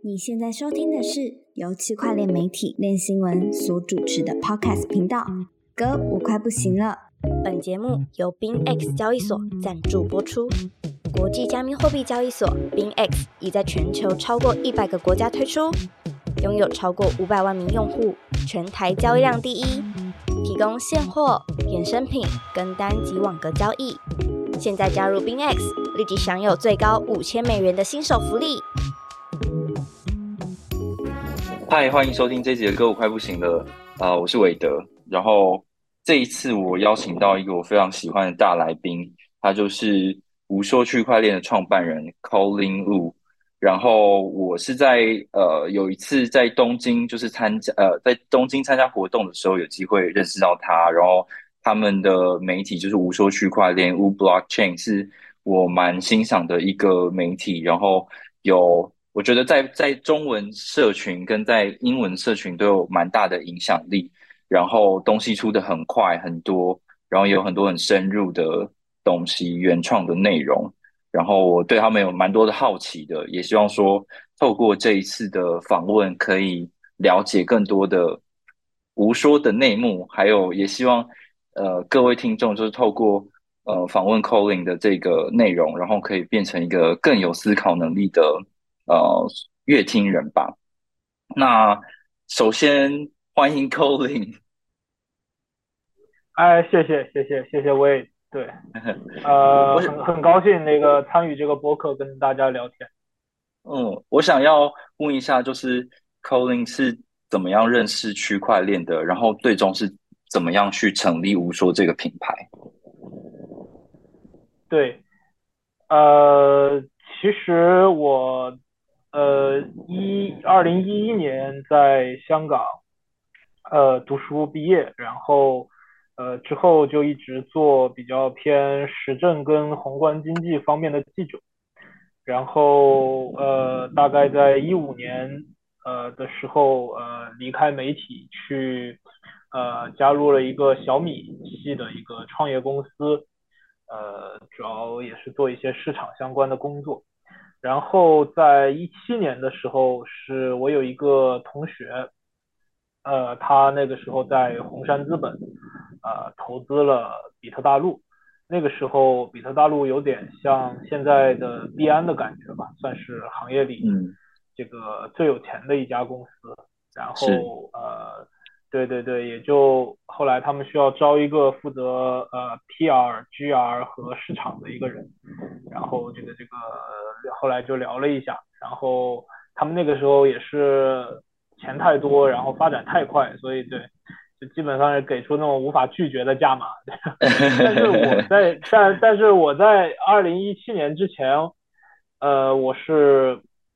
你现在收听的是由区块链媒体链新闻所主持的 Podcast 频道。哥，我快不行了。 本节目由 BingX 交易所赞助播出。国际加密货币交易所 BingX 已在全球超过100个国家推出，拥有超过500万名用户，全台交易量第一，提供现货、衍生品、跟单及网格交易。现在加入 BingX， 立即享有最高$5000的新手福利。 嗨，欢迎收听这一集的歌，我快不行了。我是韦德。然后这一次我邀请到一个我非常喜欢的大来宾，他就是无说区块链的创办人 Colin Wu。然后我是在有一次在东京就是在东京参加活动的时候有机会认识到他，然后他们的媒体就是无说区块链 Wu Blockchain 是我蛮欣赏的一个媒体，然后我觉得在中文社群跟在英文社群都有蛮大的影响力，然后东西出得很快很多，然后也有很多很深入的东西，原创的内容。然后我对他们有蛮多的好奇的，也希望说透过这一次的访问，可以了解更多的无说的内幕，还有也希望各位听众就是透过访问 Colin 的这个内容，然后可以变成一个更有思考能力的乐听人吧。那首先欢迎 Colin。 哎，谢谢魏，对，很高兴参与这个播客跟大家聊天。 我想要问一下，就是 Colin 是怎么样认识区块链的，然后最终是怎么样去成立无说这个品牌？ 对，其实我2011年在香港读书毕业，然后之后就一直做比较偏时政跟宏观经济方面的记者，然后大概在15年的时候离开媒体去加入了一个小米系的一个创业公司，主要也是做一些市场相关的工作。然后在17年的时候，是我有一个同学，他那个时候在红杉资本，投资了比特大陆。那个时候，比特大陆有点像现在的币安的感觉吧，算是行业里这个最有钱的一家公司。然后对对对，也就后来他们需要招一个负责PR、GR 和市场的一个人，然后这个后来就聊了一下，然后他们那个时候也是钱太多，然后发展太快，所以对，就基本上是给出那种无法拒绝的价码。但是我在2017年之前，我是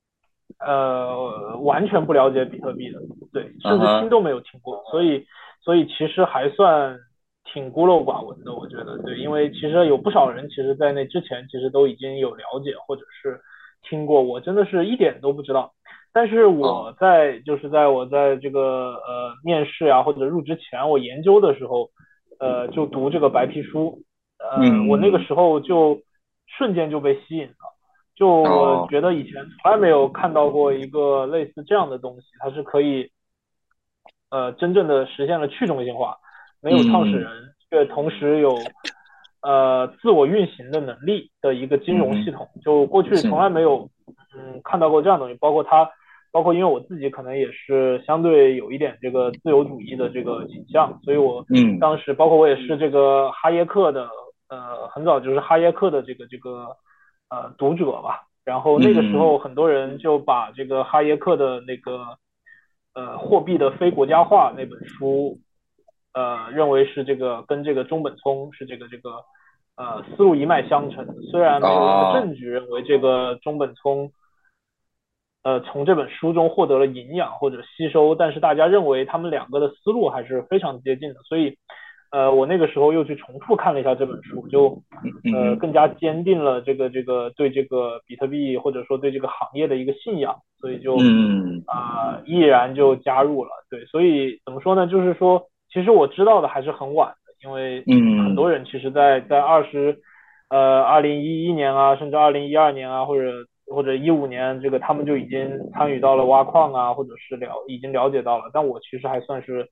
完全不了解比特币的，对，甚至听都没有听过，所以其实还算挺孤陋寡闻的，我觉得，对，因为其实有不少人其实在那之前其实都已经有了解或者是听过，我真的是一点都不知道。但是我在我在这个面试啊或者入职前，我研究的时候，就读这个白皮书，我那个时候就瞬间就被吸引了。就我觉得以前从来没有看到过一个类似这样的东西，它是可以真正的实现了去中心化，没有创始人，却同时有自我运行的能力的一个金融系统。就过去从来没有看到过这样的东西，包括因为我自己可能也是相对有一点这个自由主义的这个倾向，所以我当时包括我也是这个哈耶克的很早就是哈耶克的这个读者吧。然后那个时候很多人就把这个哈耶克的那个货币的非国家化那本书认为是这个跟这个中本聪是这个思路一脉相承的，虽然没有什么证据认为这个中本聪从这本书中获得了营养或者吸收，但是大家认为他们两个的思路还是非常接近的，所以我那个时候又去重复看了一下这本书，就更加坚定了这个对这个比特币或者说对这个行业的一个信仰，所以就毅然就加入了。对，所以怎么说呢，就是说其实我知道的还是很晚的，因为很多人其实在2011年啊，甚至2012年啊，或或者2015年，这个他们就已经参与到了挖矿啊，或者是已经了解到了，但我其实还算是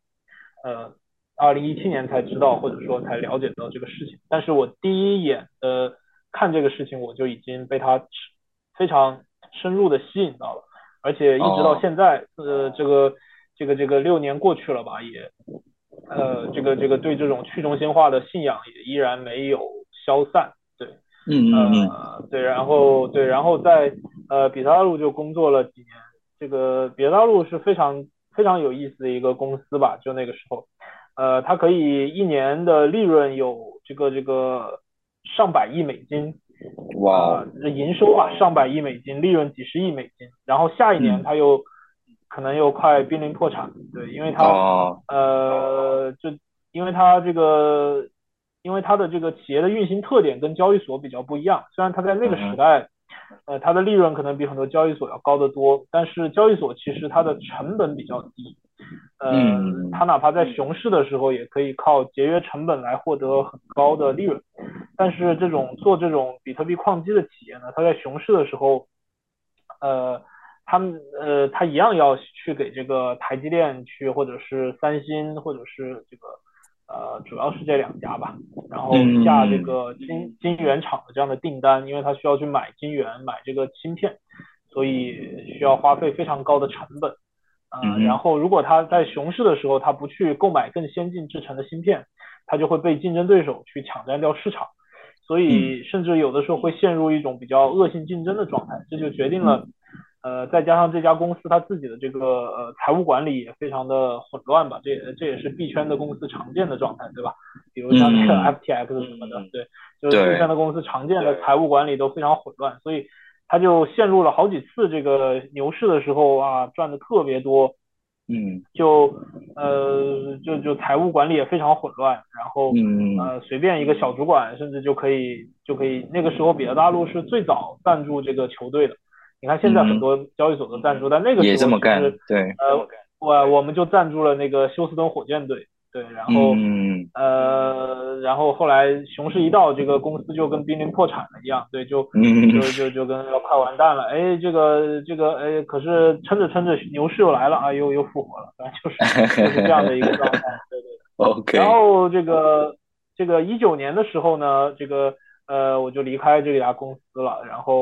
2017年才知道，或者说才了解到这个事情。但是我第一眼看这个事情，我就已经被它非常深入的吸引到了，而且一直到现在，这个6年过去了吧，也这个对这种去中心化的信仰也依然没有消散，对，对，然后在比特大陆就工作了几年，这个比特大陆是非常非常有意思的一个公司吧，就那个时候，它可以一年的利润有这个上百亿美金， 哇， 营收吧上百亿美金，利润几十亿美金，然后下一年它又可能又快濒临破产，对，因为它因为它因为它的这个企业的运行特点跟交易所比较不一样，虽然它在那个时代，它的利润可能比很多交易所要高得多，但是交易所其实它的成本比较低，它哪怕在熊市的时候也可以靠节约成本来获得很高的利润，但是做这种比特币矿机的企业呢，它在熊市的时候，它一样要去给这个台积电去，或者是三星，或者是这个主要是这2家吧，然后下这个晶圆厂的这样的订单，因为它需要去买晶圆，买这个芯片，所以需要花费非常高的成本。然后如果它在熊市的时候，它不去购买更先进制成的芯片，它就会被竞争对手去抢占掉市场，所以甚至有的时候会陷入一种比较恶性竞争的状态，这就决定了。再加上这家公司它自己的这个财务管理也非常的混乱吧，这也是币圈的公司常见的状态，对吧？比如像那个 FTX 什么的，对，就是币圈的公司常见的财务管理都非常混乱，所以他就陷入了好几次这个牛市的时候啊，赚的特别多，就财务管理也非常混乱，然后随便一个小主管甚至就可以那个时候比特大陆是最早赞助这个球队的。你看现在很多交易所都赞助，但那个时候其实对， 我们就赞助了那个休斯顿火箭队，对，然后后来熊市一到，这个公司就跟濒临破产了一样，对，就跟要快完蛋了，哎，哎，可是撑着牛市又来了啊，又复活了，反正就是这样的一个状态，对对。 OK。 然后这个19年的时候呢，我就离开这家公司了，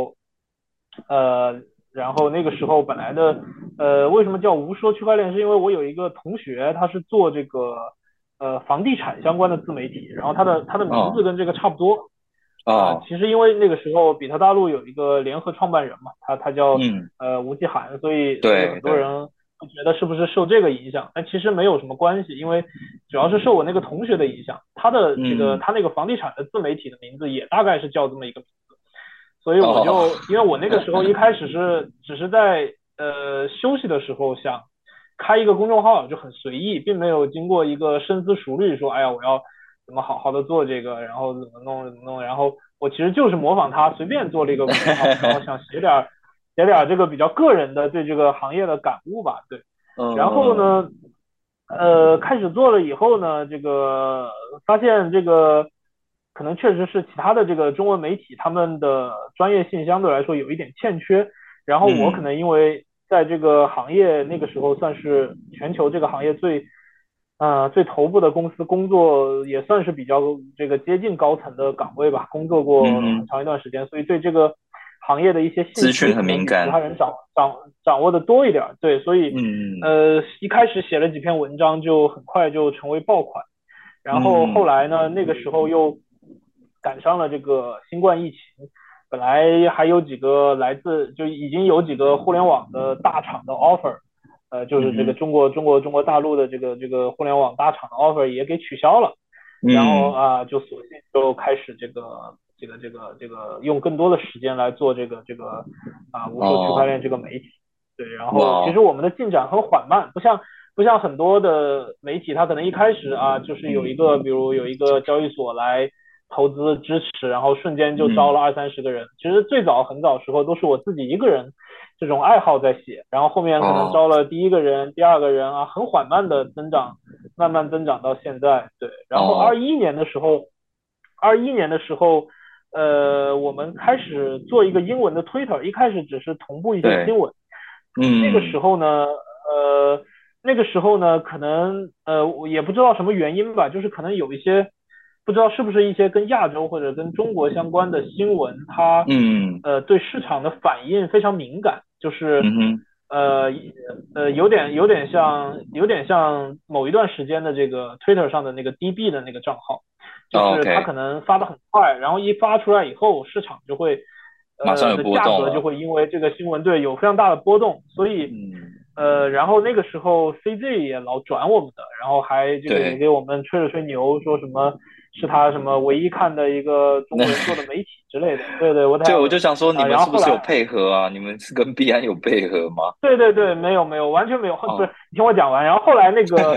然后那个时候本来的为什么叫无说区块链，是因为我有一个同学他是做这个房地产相关的自媒体，然后他的名字跟这个差不多其实因为那个时候比特大陆有一个联合创办人嘛，他叫吴继涵，所以很多人会觉得是不是受这个影响，但其实没有什么关系，因为主要是受我那个同学的影响，他那个房地产的自媒体的名字也大概是叫这么一个名字。所以我就因为我那个时候一开始只是在休息的时候想开一个公众号，就很随意，并没有经过一个深思熟虑说，哎呀，我要怎么好好的做这个，然后怎么弄，然后我其实就是模仿他随便做了一个公众号，然后想写点这个比较个人的对这个行业的感悟吧，对。然后呢，开始做了以后呢，这个发现这个。可能确实是其他的这个中文媒体他们的专业性相对来说有一点欠缺，然后我可能因为在这个行业那个时候算是全球这个行业最头部的公司工作，也算是比较这个接近高层的岗位吧，工作过很长一段时间，所以对这个行业的一些信息可能比其他人掌握的多一点，对，所以一开始写了几篇文章就很快就成为爆款，然后后来呢，那个时候又赶上了这个新冠疫情，本来还有几个就已经有几个互联网的大厂的 offer， 就是这个中国大陆的这个互联网大厂的 offer 也给取消了，然后就索性就开始这个用更多的时间来做这个无数区块链这个媒体，对，然后其实我们的进展很缓慢，不像很多的媒体，它可能一开始就是比如有一个交易所来投资支持，然后瞬间就招了20-30个人。其实很早时候都是我自己一个人这种爱好在写，然后后面可能招了第一个人、第二个人很缓慢的增长，慢慢增长到现在。对，然后21年的时候， 我们开始做一个英文的 Twitter，一开始只是同步一些对， 新闻。那个时候呢，可能我也不知道什么原因吧，就是可能有一些不知道是不是一些跟亚洲或者跟中国相关的新闻，它嗯对市场的反应非常敏感，就是嗯哼， 有点像某一段时间的这个 Twitter 上的那个 DB 的那个账号，就是它 OK， 可能发的很快，然后一发出来以后，市场就会马上有的波动了。 价格就会因为这个新闻对有非常大的波动，所以嗯， 然后那个时候 CJ 也老转我们的，然后还这个也对， 给我们吹了吹牛，说什么是他什么唯一看的一个中那国人做的媒体之类的，对对对，我 ，whatever 就想说你啊， 们是不是有然后后来配合啊？你们是跟币安有配合吗？ 对对对，没有没有，完全没有，不是哦， 你听我讲完，然后后来那个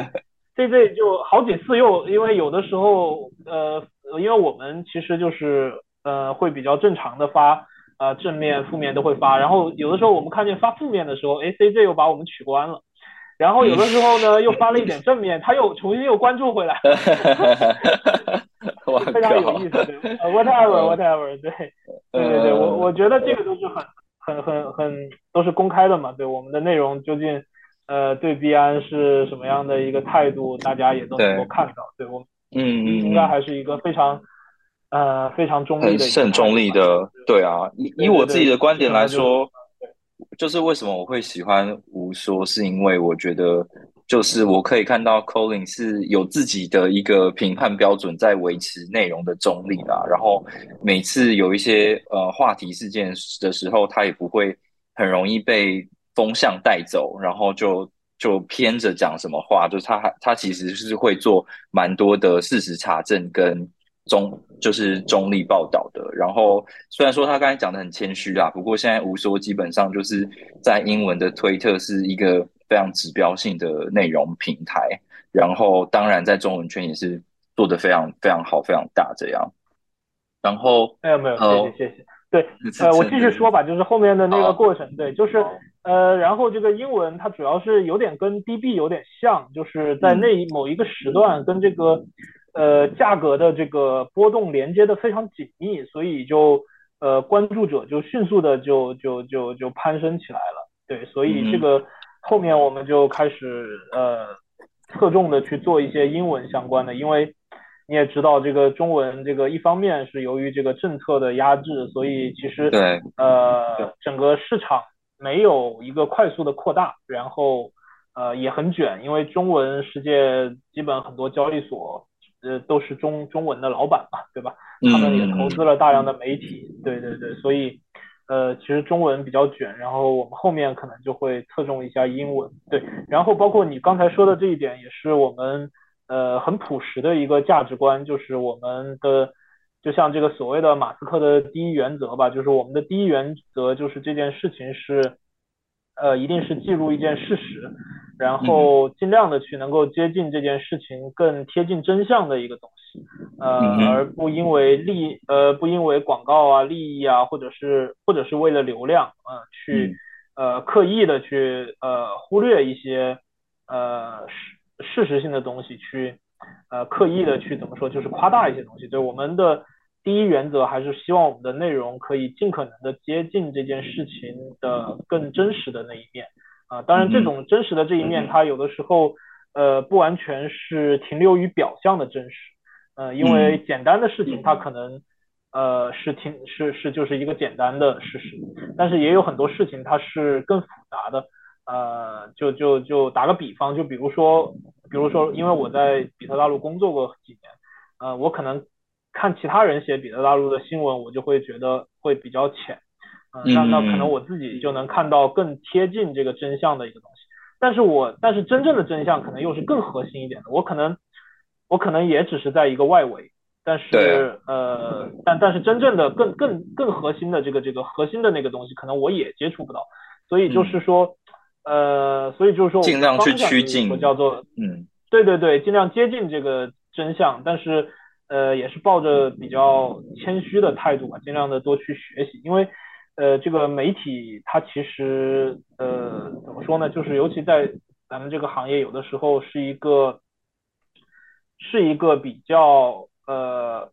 CJ 就好几次又因为有的时候因为我们其实就是会比较正常的发正面负面都会发，然后有的时候我们看见发负面的时候，哎 CJ 又把我们取关了，然后有嗯， 的时候呢又发了一点正面，他又重新又关注回来了， 我非常有靠， 意思，对，whatever 呃 whatever，对对对对，我呃， 觉得这个都是很都是公开的嘛，对我们的内容究竟对币安是什么样的一个态度，大家也都能够对， 看到，对我们嗯应该嗯嗯。 还是一个非常中立的一个很中态度吧， 立的，对啊，以我自己对对对， 的观点什么就来说，就是为什么我会喜欢吴说，是因为我觉得，就是我可以看到 Colin 是有自己的一个评判标准，在维持内容的中立啦。然后每次有一些话题事件的时候，他也不会很容易被风向带走，然后就偏着讲什么话，就是他其实是会做蛮多的事实查证跟就是中立报道的。然后虽然说他刚才讲的很谦虚啦，不过现在吴说基本上就是在英文的推特是一个非常指标性的内容平台，然后当然在中文圈也是做得非常非常好，非常大这样。然后没有没有，谢谢呃， 谢谢。对， 是我真的是继续说吧，就是后面的那个好， 过程，对，就是然后这个英文它主要是有点跟 DB 有点像，就是在嗯某一个时段跟这个价格的这个波动连接的非常紧密，所以就关注者就迅速的就攀升起来了，对，所嗯哼， 以这个后面我们就开始侧重的去做一些英文相关的，因为你也知道，这个中文这个一方面是由于这个政策的压制，所以其实对， 整个市场没有一个快速的扩大，然后也很卷，因为中文世界基本很多交易所都是中文的老板嘛，对吧？他们也投资嗯嗯了大量的媒体，对对对，所以其实中文比较卷，然后我们后面可能就会侧重一下英文，对，然后包括你刚才说的这一点，也是我们很朴实的一个价值观，就是我们的就像这个所谓的马斯克的第一原则吧，就是我们的第一原则就是这件事情是一定是记录一件事实，然嗯后尽量的去能够接近这件事情更贴近真相的一个东西， 嗯哼， 而不因为广告啊利益啊，或者是为了流量去嗯刻意的去忽略一些事实性的东西，去刻意的去怎么说，就是夸大一些东西。对我们的第一原则还是希望我们的内容可以尽可能的接近这件事情的更真实的那一面当然这嗯哼， 种真实的这一面，它有的时候不完全是停留于表象的真实，因为嗯简单的事情它可能是就是一个简单的事实，但是也有很多事情它是更复杂的，就打个比方，就比如说，因为我在比特大陆工作过几年，我可能看其他人写比特大陆的新闻，我就会觉得会比较浅，那可能嗯我自己就能看到更贴近这个真相的一个东西，但是真正的真相可能又是更核心一点的，我可能也只是在一个外围，但对啊， 是但是真正的更核心的这个核心的那个东西，可能我也接触不到，所以就是嗯， 说我们的尽量去方向就是说趋近， 叫做嗯对对对，尽量接近这个真相，但是也是抱着比较谦虚的态度吧，尽量的多去学习，因为这个媒体它其实怎么说呢，就是尤其在咱们这个行业，有的时候是一个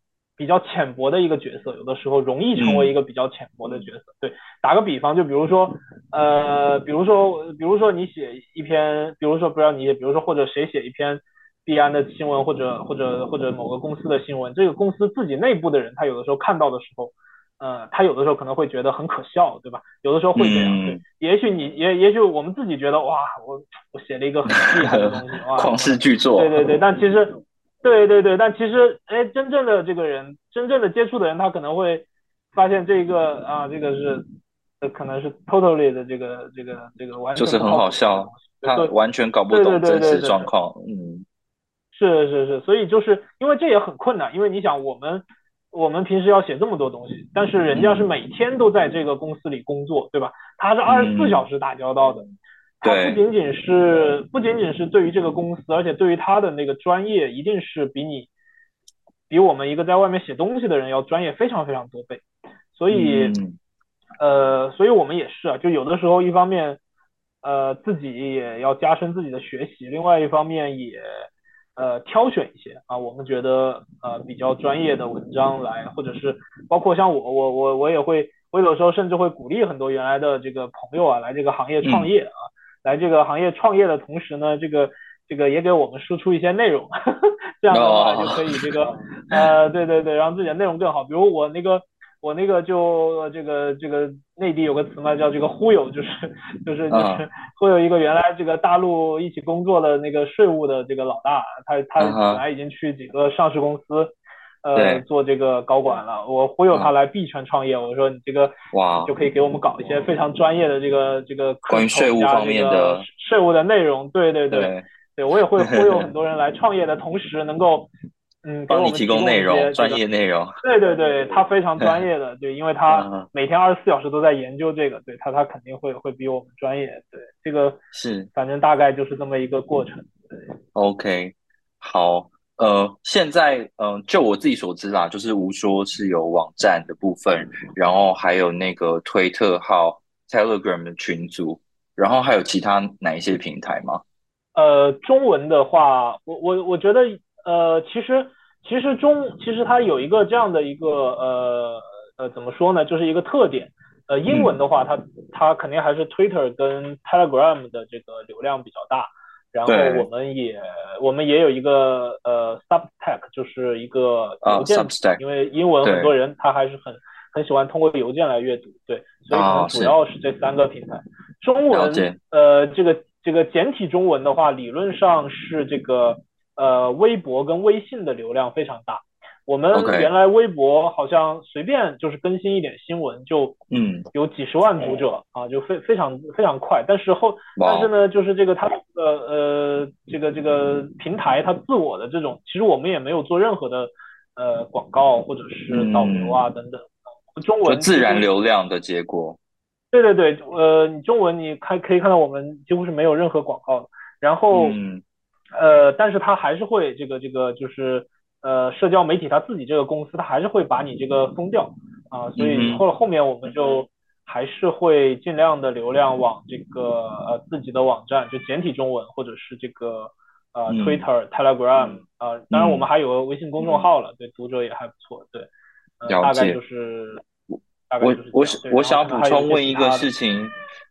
比较浅薄的一个角色，有的时候容易成为一个比较浅薄的角色。对，打个比方，就比如说你写一篇，比如说不知道你，比如说或者谁写一篇币安的新闻，或者某个公司的新闻，这个公司自己内部的人，他有的时候看到的时候，他有的时候可能会觉得很可笑，对吧？有的时候会这样。对，也许我们自己觉得哇，我写了一个很厉害的东西，哇， 旷世巨作。 对，但其实。对，但其实，真正的这个人，真正的接触的人，他可能会发现这个是，可能是 totally 的这个完全就是很好笑，他完全搞不懂真实状况。 是，所以就是因为这也很困难，因为你想我们平时要写这么多东西，但是人家是每天都在这个公司里工作，对吧？他是24小时打交道的。他不仅仅是对于这个公司，而且对于他的那个专业，一定是比我们一个在外面写东西的人要专业非常非常多倍。所以我们也是啊，就有的时候一方面自己也要加深自己的学习，另外一方面也挑选一些我们觉得比较专业的文章来，或者是包括像我也会，我有的时候甚至会鼓励很多原来的这个朋友来这个行业创业来这个行业创业的同时呢，这个也给我们输出一些内容，这样的话就可以这个对，让自己的内容更好。比如我那个就这个内地有个词嘛，叫这个忽悠，就是忽悠一个原来这个大陆一起工作的那个税务的这个老大，他本来已经去几个上市公司做这个高管了，我忽悠他来币圈创业，我说你这个你就可以给我们搞一些非常专业的这个关于税务方面的税务的内容。对，我也会忽悠很多人来创业的同时能够帮你提供内容，专业内容。 对，他非常专业的，对，因为他每天24小时都在研究这个，对他肯定会比我们专业。对，这个是， 反正大概就是这么一个过程。对 ，OK， 好。现在就我自己所知啦，就是无说是有网站的部分，然后还有那个推特号、Telegram 的群组，然后还有其他哪一些平台吗？ 中文的话，我觉得其实它有一个这样的一个怎么说呢，就是一个特点。英文的话，它肯定还是 Twitter 跟 Telegram 的这个流量比较大。然后我们也有一个Substack， 就是一个邮件 ，Substack， 因为英文很多人他还是很喜欢通过邮件来阅读，对，所以可能主要是这3个平台。中文这个简体中文的话，理论上是这个微博跟微信的流量非常大。我们原来微博好像随便就是更新一点新闻就有几十万读者就非常非常快。但是呢，就是这个它这个平台它自我的这种，其实我们也没有做任何的广告或者是导流等等。中文就自然流量的结果。 对，你中文你可以看到我们几乎是没有任何广告的。然后但是它还是会这个就是社交媒体它自己这个公司它还是会把你这个封掉所以后面我们就还是会尽量的流量往这个自己的网站，就简体中文或者是这个Twitter、Telegram 当然我们还有个微信公众号了，对，读者也还不错，对，大概就是我想补充问一个事情，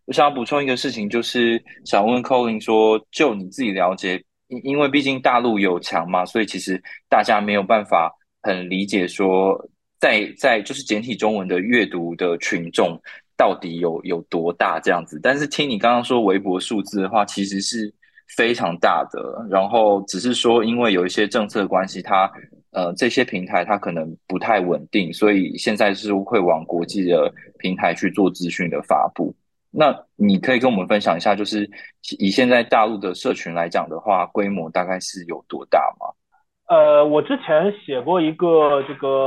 就是想问 Colin 说，就你自己了解，因为毕竟大陆有墙嘛，所以其实大家没有办法很理解说，在就是简体中文的阅读的群众到底有多大这样子。但是听你刚刚说微博数字的话，其实是非常大的。然后只是说，因为有一些政策关系，这些平台它可能不太稳定，所以现在是会往国际的平台去做资讯的发布。那你可以跟我们分享一下，就是以现在大陆的社群来讲的话，规模大概是有多大吗？ 我之前写过一个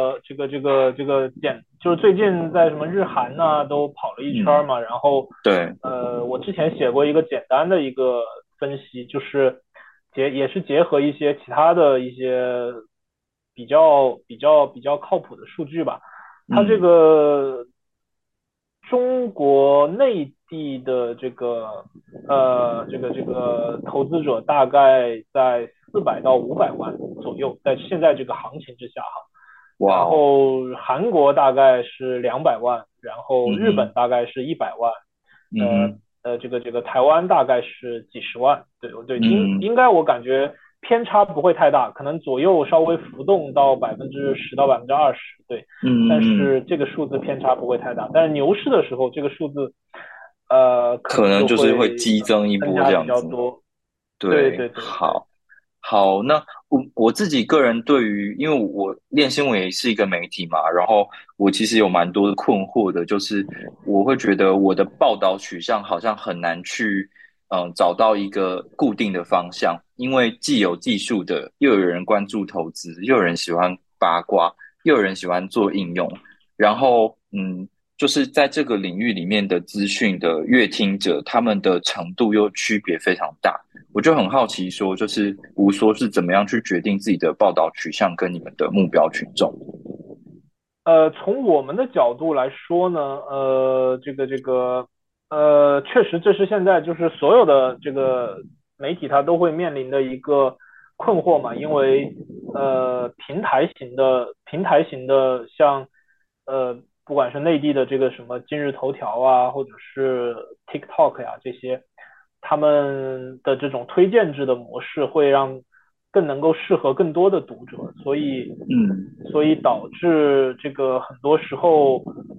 就是最近在什么日韩都跑了一圈嘛，然后对， 我之前写过一个简单的一个分析，就是也是结合一些其他的一些比较靠谱的数据吧。它这个中国内地的这个投资者大概在400到500万左右，在现在这个行情之下哇然哦， 后韩国大概是200万，然后日本嗯哼， 大概是100万，呃嗯哼， 这个台湾大概是几十万，对对， 嗯应该我感觉偏差不会太大，可能左右稍微浮动到10%到20%，对，但嗯嗯， 是这个数字偏差不会太大，但是牛市的时候这个数字可可能能就就是会会激增一波增加比这样子。 较多，对对， 对对对。 好。好，那我自己个人对于，因为我练新闻也是一个媒体嘛，然后我其实有蛮多的困惑的，就是我会觉得我的报道取向好像很难去，找到一个固定的方向，因为既有技术的，又有人关注投资，又有人喜欢八卦，又有人喜欢做应用，然后就是在这个领域里面的资讯的阅听者，他们的程度又区别非常大。我就很好奇说，就是吴说是怎么样去决定自己的报道取向跟你们的目标群众？ 从我们的角度来说呢，确实这是现在就是所有的这个媒体它都会面临的一个困惑嘛，因为平台型的像不管是内地的这个什么今日头条啊，或者是 TikTok 呀这些，他们的这种推荐制的模式会让更能够适合更多的读者， 嗯所以导致这个很多时候，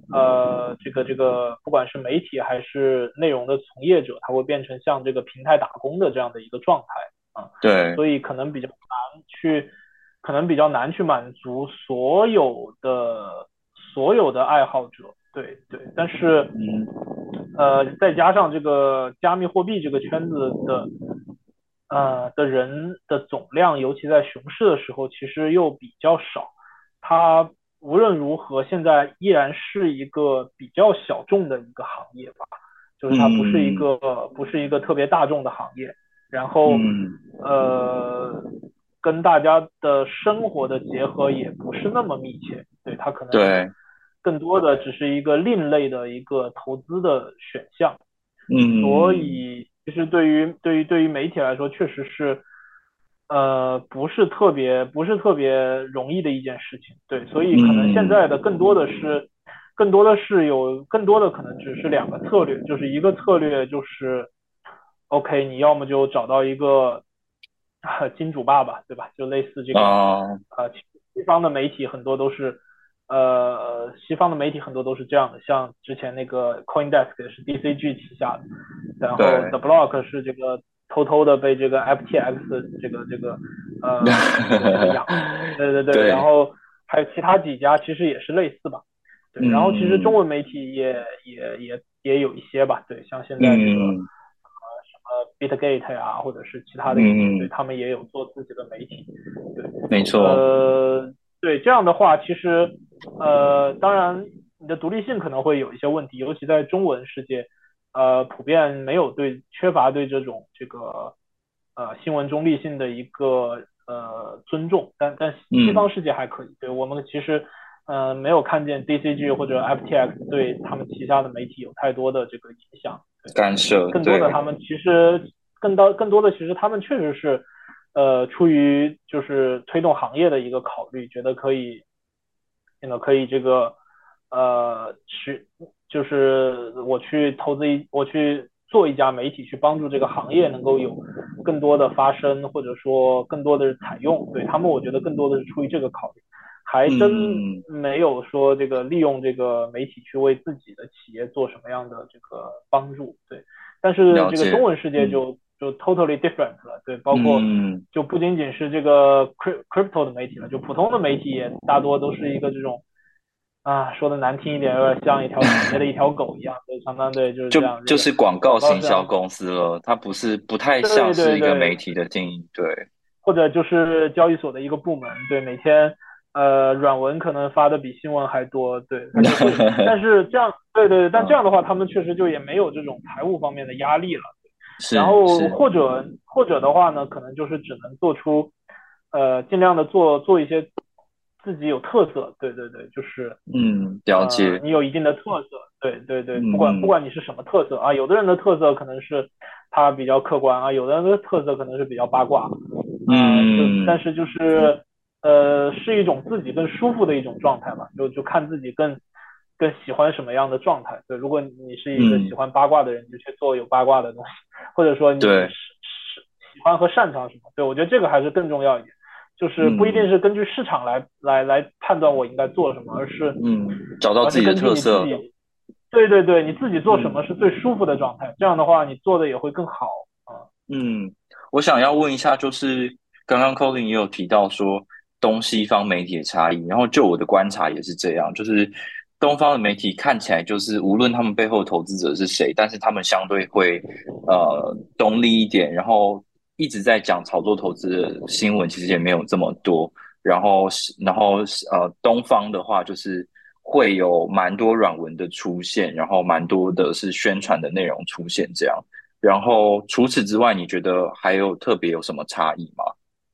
不管是媒体还是内容的从业者，他会变成像这个平台打工的这样的一个状态啊， 对， 所以可能比较难去满足所有的爱好者，对对，但是嗯再加上这个加密货币这个圈子的人的总量，尤其在熊市的时候，其实又比较少。它无论如何，现在依然是一个比较小众的一个行业吧，就是它嗯不是一个特别大众的行业。然后嗯， 跟大家的生活的结合也不是那么密切，对，它可能对， 更多的只是一个另类的一个投资的选项。所嗯以其实对于媒体来说，确实是不是特别容易的一件事情。对，所以可能现嗯在的更多的可能只是两个策略，就是一个策略就是 OK，你要么就找到一个金主爸爸，对吧？就类似这个啊， 西方的媒体很多都是西方的媒体很多都是这样的，像之前那个 CoinDesk 也是 DCG 旗下的，然后对， The Block 是这个偷偷的被这个 FTX 这个养了，对对对，然对， 后还有其他几家其实也是类似吧，对，然后其实中嗯文媒体也有一些吧，对，像现在这个嗯 BitGate 呀、或者是其他的一些，对嗯， 他们也有做自己的媒体，对， 没错， 对，这样的话，其实当然你的独立性可能会有一些问题，尤其在中文世界，普遍缺乏对这个新闻中立性的一个尊重，但西方嗯， 世界还可以，对我们其实没有看见 DCG 或者 FTX 对他们旗下的媒体有太多的这个影响，对， 干涉， 更多的对， 他们其实更多的其实他们确实是出于就是推动行业的一个考虑，觉得可以这个去就是我去做一家媒体，去帮助这个行业能够有更多的发声，或者说更多的采用。对他们，我觉得更多的是出于这个考虑，还真嗯， 没有说这个利用这个媒体去为自己的企业做什么样的这个帮助。对，但是这个中了解， 文世界就 totally different 了，对，包括嗯。 就不仅仅是这个 crypto 的媒体了，就普通的媒体也大多都是一个这种说的难听一点，有点像一条死街的一条狗一样，对，相当对就是这样，这个就是广告广告行市场， 销公司了，它不太像对是一个媒对对， 体的经营，对， 或者就是交易所的一个部门，对，每天软文可能发的比新闻还多，对，他就会，但是这样，对对，但这嗯， 样的话，他们确实就也没有这种财务方面的压力了。然后是是， 或者的话呢，可能就是只能做出尽量的做一些自己有特色，对对对，就是了解， 你有一定的特色，对对对，不管不嗯管你是什么特色啊，有的人的特色可能是他比较客观啊，有的人的特色可能是比较八卦，但嗯是就是是一种自己更舒服的一种状态吧，就看自己更喜欢什么样的状态。对，如果你是一个喜欢八卦的人，你就去做有八卦的东西，或者说你对， 喜欢和擅长什么。对，我觉得这个还是更重要一点，就是不一定是根据市场来判断我应该做什么，而是找到自己的根据你自特色。 己，对对对，你自己做什么是最舒服的状态，这样的话你做的也会更好啊。 我想要问一下，就是刚刚 Colin 也有提到说东西方媒体的差异，然后就我的观察也是这样，就是东方的媒体看起来就是无论他们背后投资者是谁，但是他们相对会中立一点，然后一直在讲炒作投资的新闻，其实也没有这么多。然后东方的话就是会有蛮多软文的出现，然后蛮多的是宣传的内容出现这样。然后除此之外，你觉得还有特别有什么差异吗？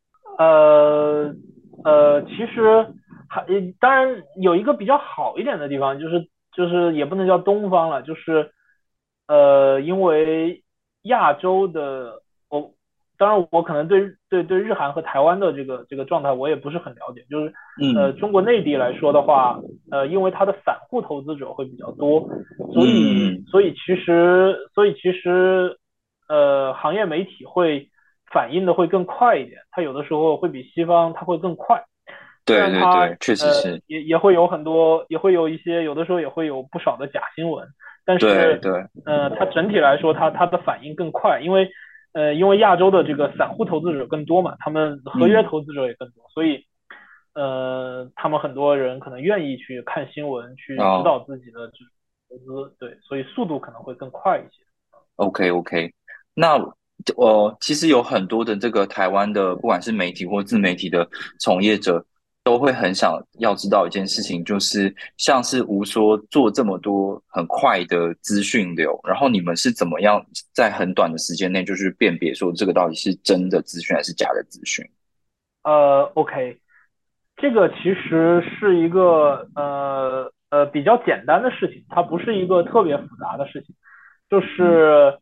其实当然有一个比较好一点的地方，就是也不能叫东方了，就是因为亚洲的当然我可能对日韩和台湾的这个状态我也不是很了解，就是嗯中国内地来说的话，因为它的散户投资者会比较多，所以嗯， 其实行业媒体会反应的会更快一点，它有的时候会比西方它会更快。虽然它对对对，确实是， 也会有很多，也会有一些，有的时候也会有不少的假新闻，但是对对， 它整体来说它的反应更快，因为亚洲的这个散户投资者更多嘛，他们合约嗯， 投资者也更多，所以他们很多人可能愿意去看新闻，去指哦导自己的投资，对，所以速度可能会更快一些。 ，OK OK，那其实有很多的这个台湾的，不管是媒体或自媒体的从业者，都会很想要知道一件事情，就是像是吴说做这么多很快的资讯流，然后你们是怎么样在很短的时间内，就是辨别说这个到底是真的资讯还是假的资讯？ OK，这个其实是一个比较简单的事情，它不是一个特别复杂的事情，就嗯是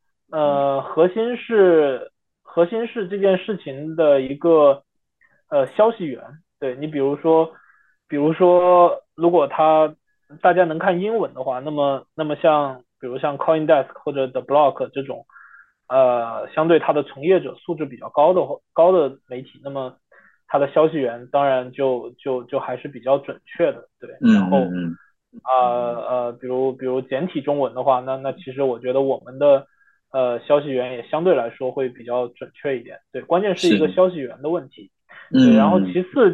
核心是这件事情的一个消息源。对你比如说如果大家能看英文的话，那么比如像 CoinDesk 或者 The Block 这种相对它的从业者素质比较高的媒体，那么它的消息源当然就还是比较准确的，对。然后嗯， 比如简体中文的话，那其实我觉得我们的消息源也相对来说会比较准确一点，对。关键是一个是， 消息源的问题，对。然后嗯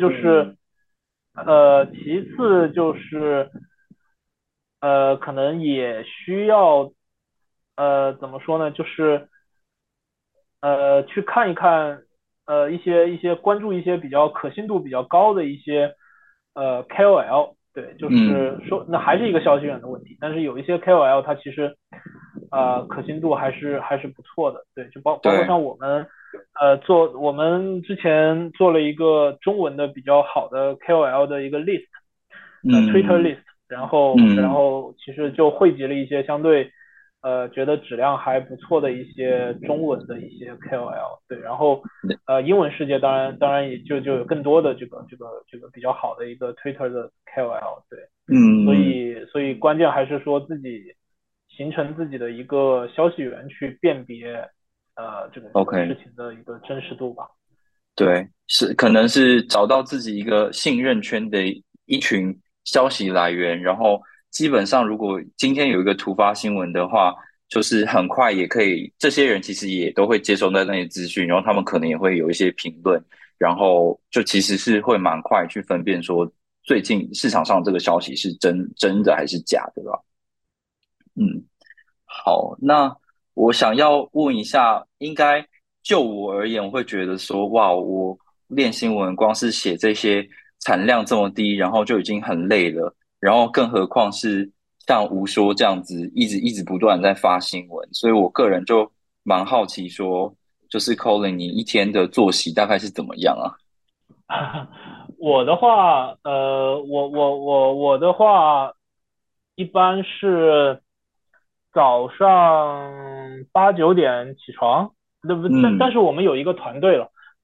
其次就是可能也需要怎么说呢，就是去看一看一些关注一些比较可信度比较高的一些KOL，对，就嗯， 是说那还是一个消息源的问题，但是有一些 KOL 它其实可信度还是不错的，对，就包括对， 像我们之前做了一个中文的比较好的 KOL 的一个 list，Twitter 嗯 list，然后其实就汇集了一些相对觉得质量还不错的一些中文的一些 KOL，对，然后英文世界当然也就有更多的这个比较好的一个 Twitter 的 KOL，对，所嗯以所以关键还是说自己形成自己的一个消息源去辨别这个事 ，OK。 情的一个真实度吧。 对，是可能是找到自己一个信任圈的一群消息来源，然后基本上如果今天有一个突发新闻的话，就是很快也可以，这些人其实也都会接收到那些资讯，然后他们可能也会有一些评论，然后就其实是会蛮快去分辨说最近市场上这个消息是真的还是假的吧。嗯。好，那我想要问一下，应该就我而言，我会觉得说，哇，我练新闻光是写这些产量这么低，然后就已经很累了，然后更何况是像吴说这样子，一直不断地在发新闻，所以我个人就蛮好奇说，就是 Colin，你一天的作息大概是怎么样啊？ 我的话，我的话，一般是早上8、9点起床，对不？但嗯是我们有一个团队了，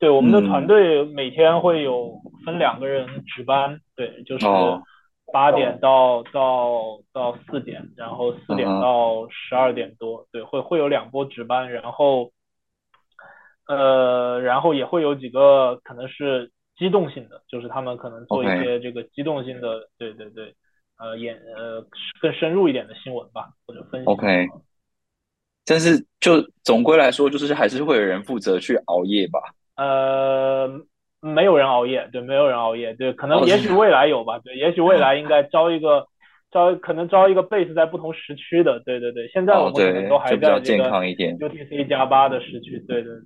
对，我们的团队每天会有分2个人值班，对，就是8点到4点，然后4点到12点多，对，会有2波值班，然后也会有几个可能是机动性的，就是他们可能做一些这个机动性的，对对对，更深入一点的新闻吧，或者分析。 OK，但是就总归来说，就是还是会有人负责去熬夜吧？ 没有人熬夜，对，没有人熬夜，对，可能也许未来有吧，对，也许未来应该可能招一个 base 在不同时区的，对对对，现在我们可能都还在这个 UTC+8的时区，对对对。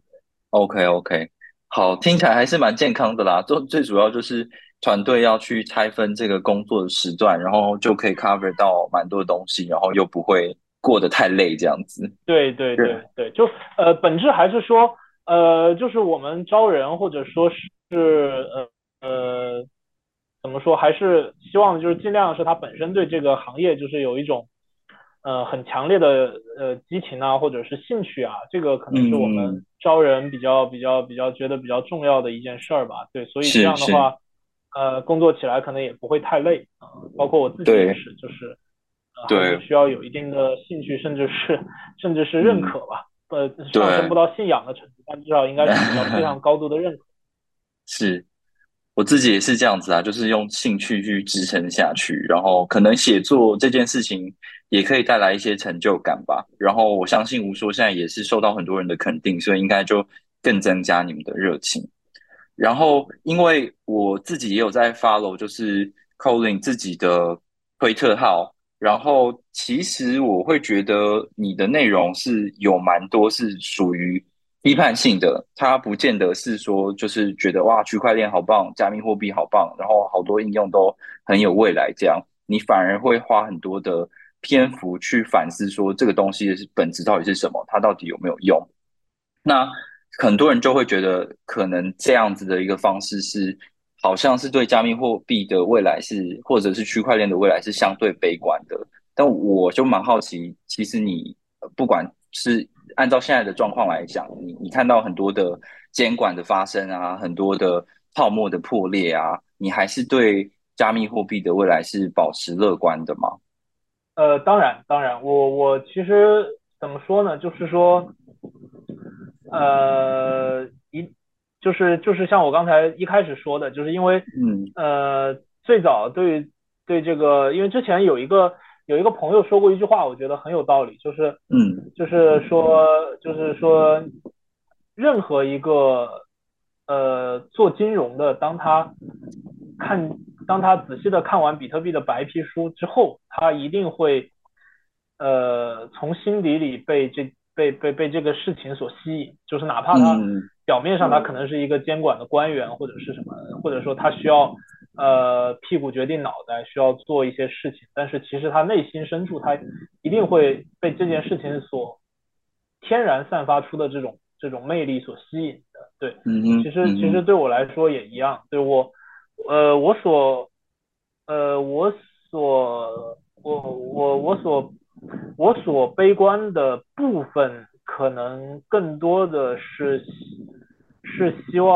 OK，好，听起来还是蛮健康的啦。最主要就是团队要去拆分这个工作的时段，然后就可以 cover 到蛮多东西，然后又不会过得太累这样子。 对对对对，就本质还是说就是我们招人或者说是怎么说，还是希望就是尽量是他本身对这个行业就是有一种很强烈的激情啊，或者是兴趣啊，这个可能是我们招人比较觉得比较重要的一件事儿吧。对，所以这样的话，工作起来可能也不会太累啊，包括我自己也是，就是还是需要有一定的兴趣，甚至是认可吧。上升不到信仰的程度，但至少应该是比较非常高度的认可。 是。我自己也是这样子啊，就是用兴趣去支撑下去，然后可能写作这件事情也可以带来一些成就感吧。然后我相信吴说现在也是受到很多人的肯定，所以应该就更增加你们的热情。然后因为我自己也有在 follow，就是 Colin 自己的推特号，然后其实我会觉得你的内容是有蛮多是属于批判性的，它不见得是说就是觉得哇区块链好棒，加密货币好棒，然后好多应用都很有未来这样，你反而会花很多的篇幅去反思说这个东西的本质到底是什么，它到底有没有用。那很多人就会觉得，可能这样子的一个方式是，好像是对加密货币的未来是，或者是区块链的未来是相对悲观的。但我就蛮好奇，其实你不管是按照现在的状况来讲，你看到很多的监管的发生啊，很多的泡沫的破裂啊，你还是对加密货币的未来是保持乐观的吗？ 当然，我其实怎么说呢，就是说，呃，就是像我刚才一开始说的，就是因为最早对这个，因为之前有一个朋友说过一句话，我觉得很有道理，就是说任何一个做金融的，当他仔细的看完比特币的白皮书之后，他一定会从心底里被这个事情所吸引，就是哪怕他表面上他可能是一个监管的官员或者是什么，或者说他需要屁股决定脑袋，需要做一些事情，但是其实他内心深处他一定会被这件事情所天然散发出的这种魅力所吸引的。对，其实对我来说也一样，对我呃我所呃我所我我我所我所悲观的部分，可能更多的是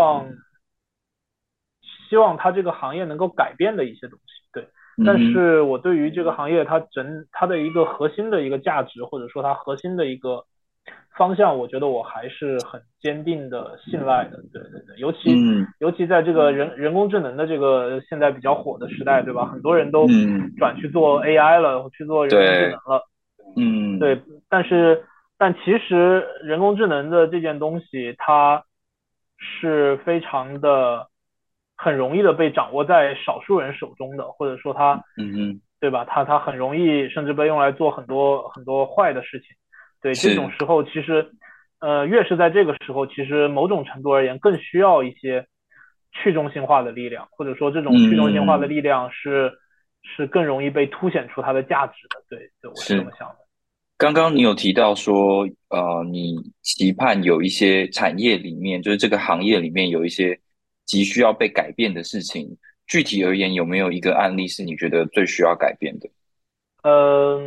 希望它这个行业能够改变的一些东西，对。但是我对于这个行业它的一个核心的一个价值，或者说它核心的一个方向，我觉得我还是很坚定的信赖的，对对对。尤其在这个人工智能的这个现在比较火的时代，对吧？很多人都转去做 AI 了，去做人工智能了，对。但其实人工智能的这件东西，它是非常的很容易的被掌握在少数人手中的，或者说对吧？它很容易甚至被用来做很多很多坏的事情。对，这种时候其实越是在这个时候，其实某种程度而言更需要一些去中心化的力量，或者说这种去中心化的力量是更容易被凸显出它的价值的。对，我是这么想的。 刚刚你有提到说，你期盼有一些产业里面，就是这个行业里面有一些急需要被改变的事情。具体而言，有没有一个案例是你觉得最需要改变的？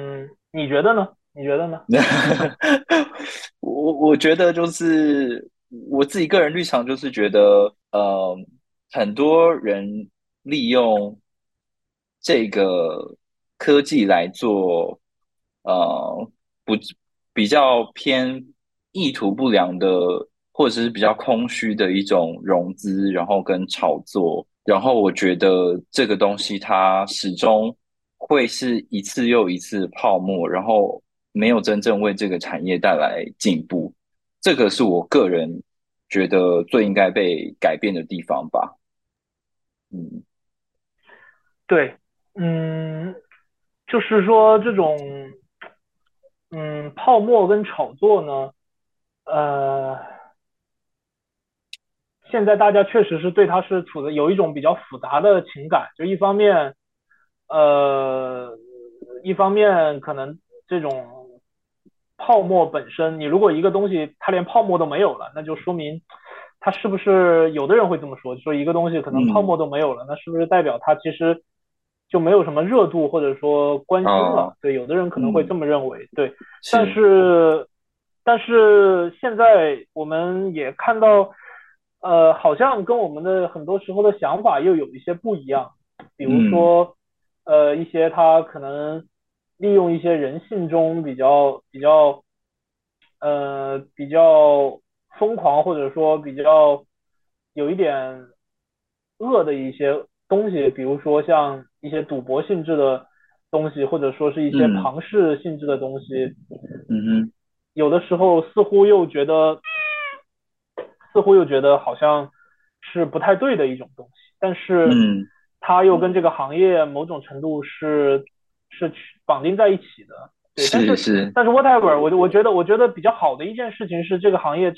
你觉得呢？你觉得呢？ 我觉得就是， 我自己个人立场就是觉得，很多人利用这个科技来做，不比较偏意图不良的，或者是比较空虚的一种融资，然后跟炒作，然后我觉得这个东西它始终会是一次又一次泡沫，然后没有真正为这个产业带来进步。这个是我个人觉得最应该被改变的地方吧。嗯对，就是说这种泡沫跟炒作呢，呃，现在大家确实是对它是处的有一种比较复杂的情感，就呃，一方面可能这种泡沫本身，你如果一个东西它连泡沫都没有了，那就说明它是不是有的人会这么说，就说一个东西可能泡嗯沫都没有了，那是不是代表它其实就没有什么热度或者说关心了？对，有的人可能会这嗯么认为，对，但是是但是现在我们也看到，好像跟我们的很多时候的想法又有一些不一样，比如嗯说，一些他可能利用一些人性中比较疯狂或者说比较有一点恶的一些东西，比如说像一些赌博性质的东西，或者说是一些嗯庞氏性质的东西， 嗯哼有的时候似乎又觉得好像是不太对的一种东西，但是嗯它又跟这个行业某种程度是绑定在一起的。对，但是是是但是 whatever，我觉得比较好的一件事情是这个行业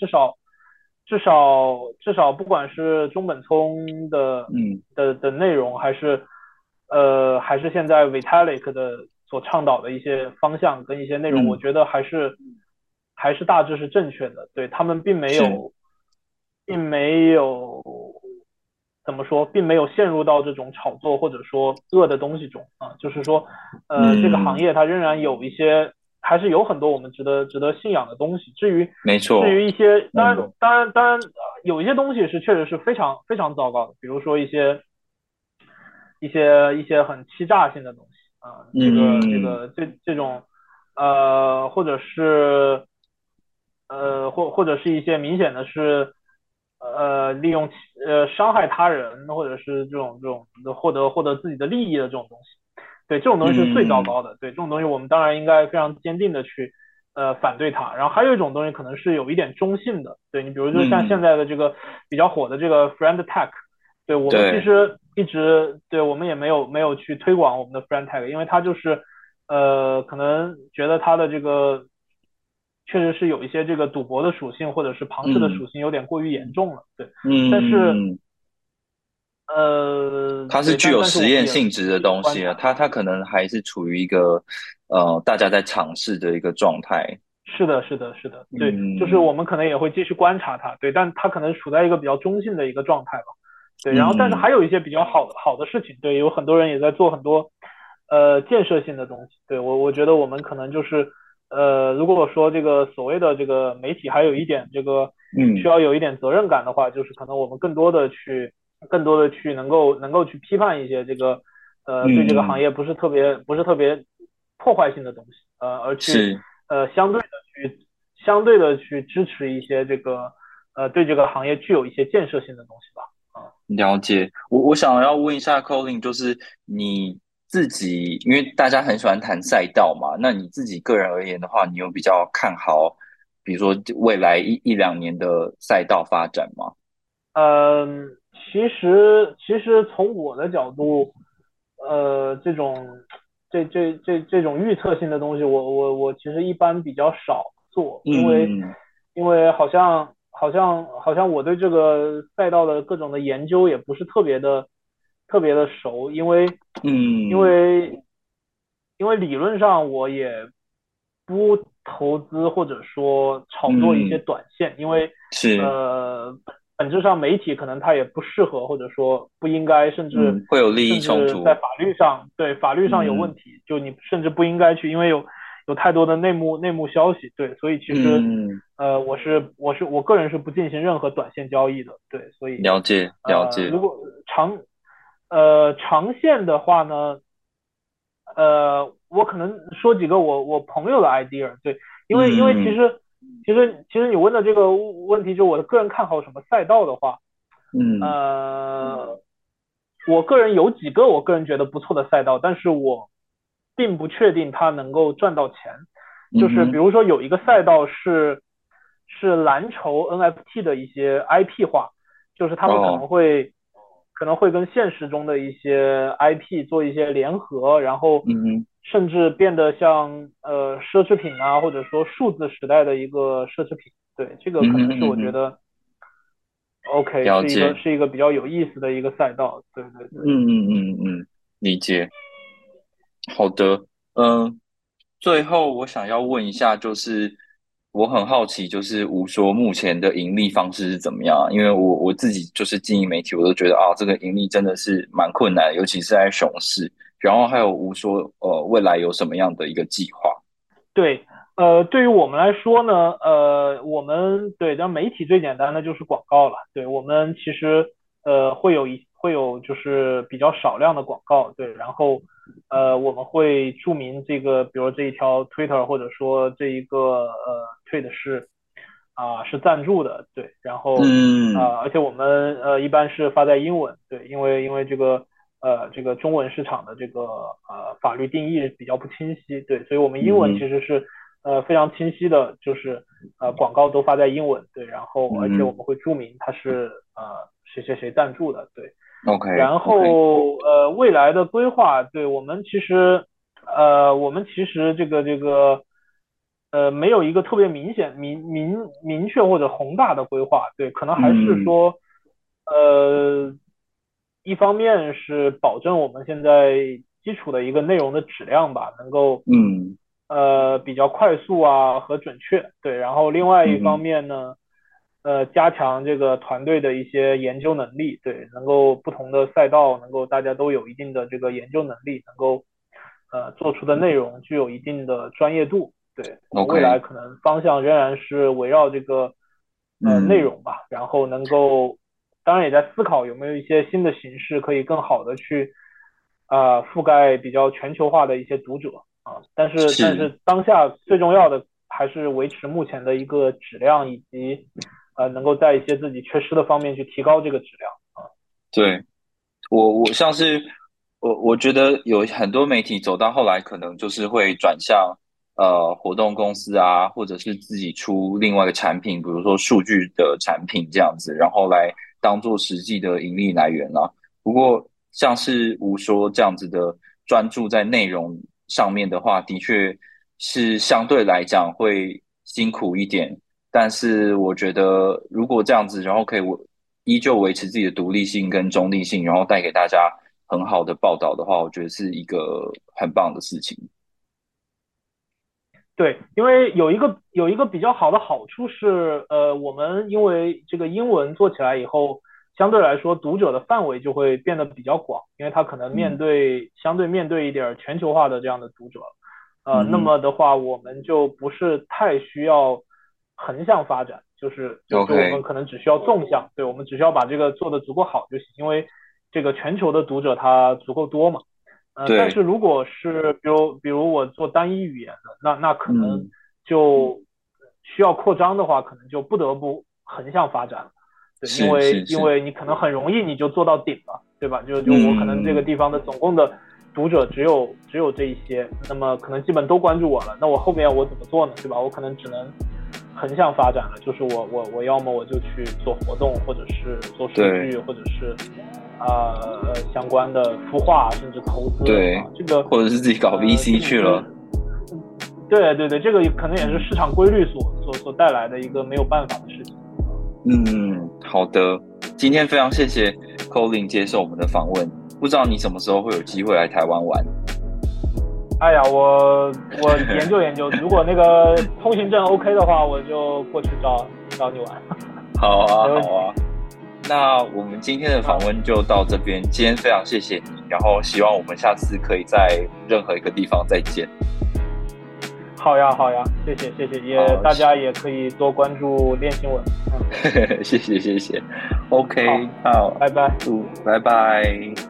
至少不管是中本聪嗯的内容，还是现在 Vitalik 的所倡导的一些方向跟一些内容，我嗯觉得还是大致是正确的。对，他们是并没有怎么说，并没有陷入到这种炒作或者说恶的东西中啊。就是说，这个行嗯业它仍然有一些，还是有很多我们值得信仰的东西。 没错至于一些， 嗯当然，有一些东西是确实是非常非常糟糕的，比如说一些很欺诈性的东西啊， 嗯这种或者是或者是一些明显的是利用伤害他人或者是这种获得自己的利益的这种东西，对，这种东西是最糟嗯糕的，对，这种东西我们当然应该非常坚定的去反对它。然后还有一种东西可能是有一点中性的，对你比如说像现嗯在的这个比较火的这个 friend tag，对我们其对实一直对我们也没有去推广我们的 friend tag，因为它就是可能觉得它的这个确实是有一些这个赌博的属性或者是庞氏的嗯属性有点过于严重了，对，但是嗯它是对， 具有但是我们实验也性质的东西啊， 观察它可能还是处于一个大家在尝试的一个状态。 是的，是的，是的，对，就是嗯我们可能也会继续观察它，对，但它可能处在一个比较中性的一个状态吧，对，然后但是嗯还有一些比较好的事情，对，有很多人也在做很多建设性的东西，对我觉得我们可能就是如果说这个所谓的这个媒体还有一点这个需嗯要有一点责任感的话，就是可能我们更多的去能够去批判一些这个对这个行嗯， 业不是特别破坏性的东西，而去是。 呃相对的相对的去支持一些这个对这个行业具有一些建设性的东西吧。啊， 了解，我想要问一下 Colin，就是你自己，因为大家很喜欢谈赛道嘛，那你自己个人而言的话，你有比较看好，比如说未来一两年的赛道发展吗？ 其实从我的角度，这种这种预测性的东西，我其实一般比较少做， 嗯因为好像我对这个赛道的各种的研究也不是特别的熟，因嗯为因为理论上我也不投资或者说炒作一些嗯， 短线，因为是， 本质上媒体可能它也不适合或者说不应该，甚至会有利益甚冲突。 至在法律上对法律上有问嗯题，就你甚至不应该去，因为有太多的内幕消息，对，所以其实我个人是不进行任何短线交易的，对，所以了解。 如果长线的话呢，我可能说几个我朋友的 idea， 对，因为其实你问的这个问题，就我的个人看好什么赛道的话，我个人有几个我个人觉得不错的赛道，但是我并不确定它能够赚到钱。就是比如说有一个赛道是蓝筹 NFT 的一些 IP 化，就是他们可能会跟现实中的一些 IP 做一些联合，然后甚至变得像奢侈品啊，或者说数字时代的一个奢侈品。对，这个可能是我觉得OK 是一个比较有意思的一个赛道。对对对。 理解。好的。最后我想要问一下，就是我很好奇，就是吴说目前的盈利方式是怎么样？因为我自己就是经营媒体，我都觉得这个盈利真的是蛮困难的，尤其是在熊市。然后还有吴说未来有什么样的一个计划？ 对，对于我们来说呢，我们让媒体最简单的就是广告了。对，我们其实会有就是比较少量的广告，对，然后我们会注明这个，比如这一条 Twitter 或者说这一个tweet 是赞助的，对，然后而且我们一般是发在英文，对，因为这个中文市场的这个法律定义比较不清晰，对，所以我们英文其实是非常清晰的，就是广告都发在英文，对，然后而且我们会注明它是谁谁谁赞助的，对。 OK。 然后未来的规划，对，我们其实这个没有一个特别明确或者宏大的规划，对，可能还是说一方面是保证我们现在基础的一个内容的质量吧，能够比较快速啊和准确，对，然后另外一方面呢加强这个团队的一些研究能力，对，能够不同的赛道能够大家都有一定的这个研究能力，能够做出的内容具有一定的专业度，对，未来可能方向仍然是围绕这个内容吧，然后能够当然也在思考有没有一些新的形式可以更好的去覆盖比较全球化的一些读者啊，但是当下最重要的还是维持目前的一个质量，以及能够在一些自己缺失的方面去提高这个质量啊。 对，我像是我觉得有很多媒体走到后来，可能就是会转向活动公司啊，或者是自己出另外一个产品，比如说数据的产品这样子，然后来当做实际的盈利来源啦。不过像是吴说这样子的专注在内容上面的话，的确是相对来讲会辛苦一点。但是我觉得如果这样子，然后可以依旧维持自己的独立性跟中立性，然后带给大家很好的报道的话，我觉得是一个很棒的事情。 对，因为有一个比较好的好处是，我们因为这个英文做起来以后，相对来说读者的范围就会变得比较广，因为他可能相对面对一点全球化的这样的读者，那么的话，我们就不是太需要横向发展，就我们可能只需要纵向，对，我们只需要把这个做得足够好就行，因为这个全球的读者他足够多嘛。但是如果是比如我做单一语言的，那可能就需要扩张的话，可能就不得不横向发展了。对，因为你可能很容易你就做到顶了，对吧？就我可能这个地方的总共的读者只有这一些，那么可能基本都关注我了，那我后面我怎么做呢？对吧？我可能只能横向发展了，就是我要么我就去做活动，或者是做数据，或者是相关的孵化甚至投资， 对， 这个或者是自己搞 VC 去了。 对，这个可能也是市场规律所带来的一个没有办法的事情。 好的，今天非常谢谢 Colin 接受我们的访问，不知道你什么时候会有机会来台湾玩？ 哎呀，我研究，如果那个通行证 OK 的话，我就过去找你玩。 好啊。那我们今天的访问就到这边，今天非常谢谢你，然后希望我们下次可以在任何一个地方再见。 好呀，谢谢，也大家也可以多关注练新闻。 谢谢。OK， 好， 拜拜。 拜拜。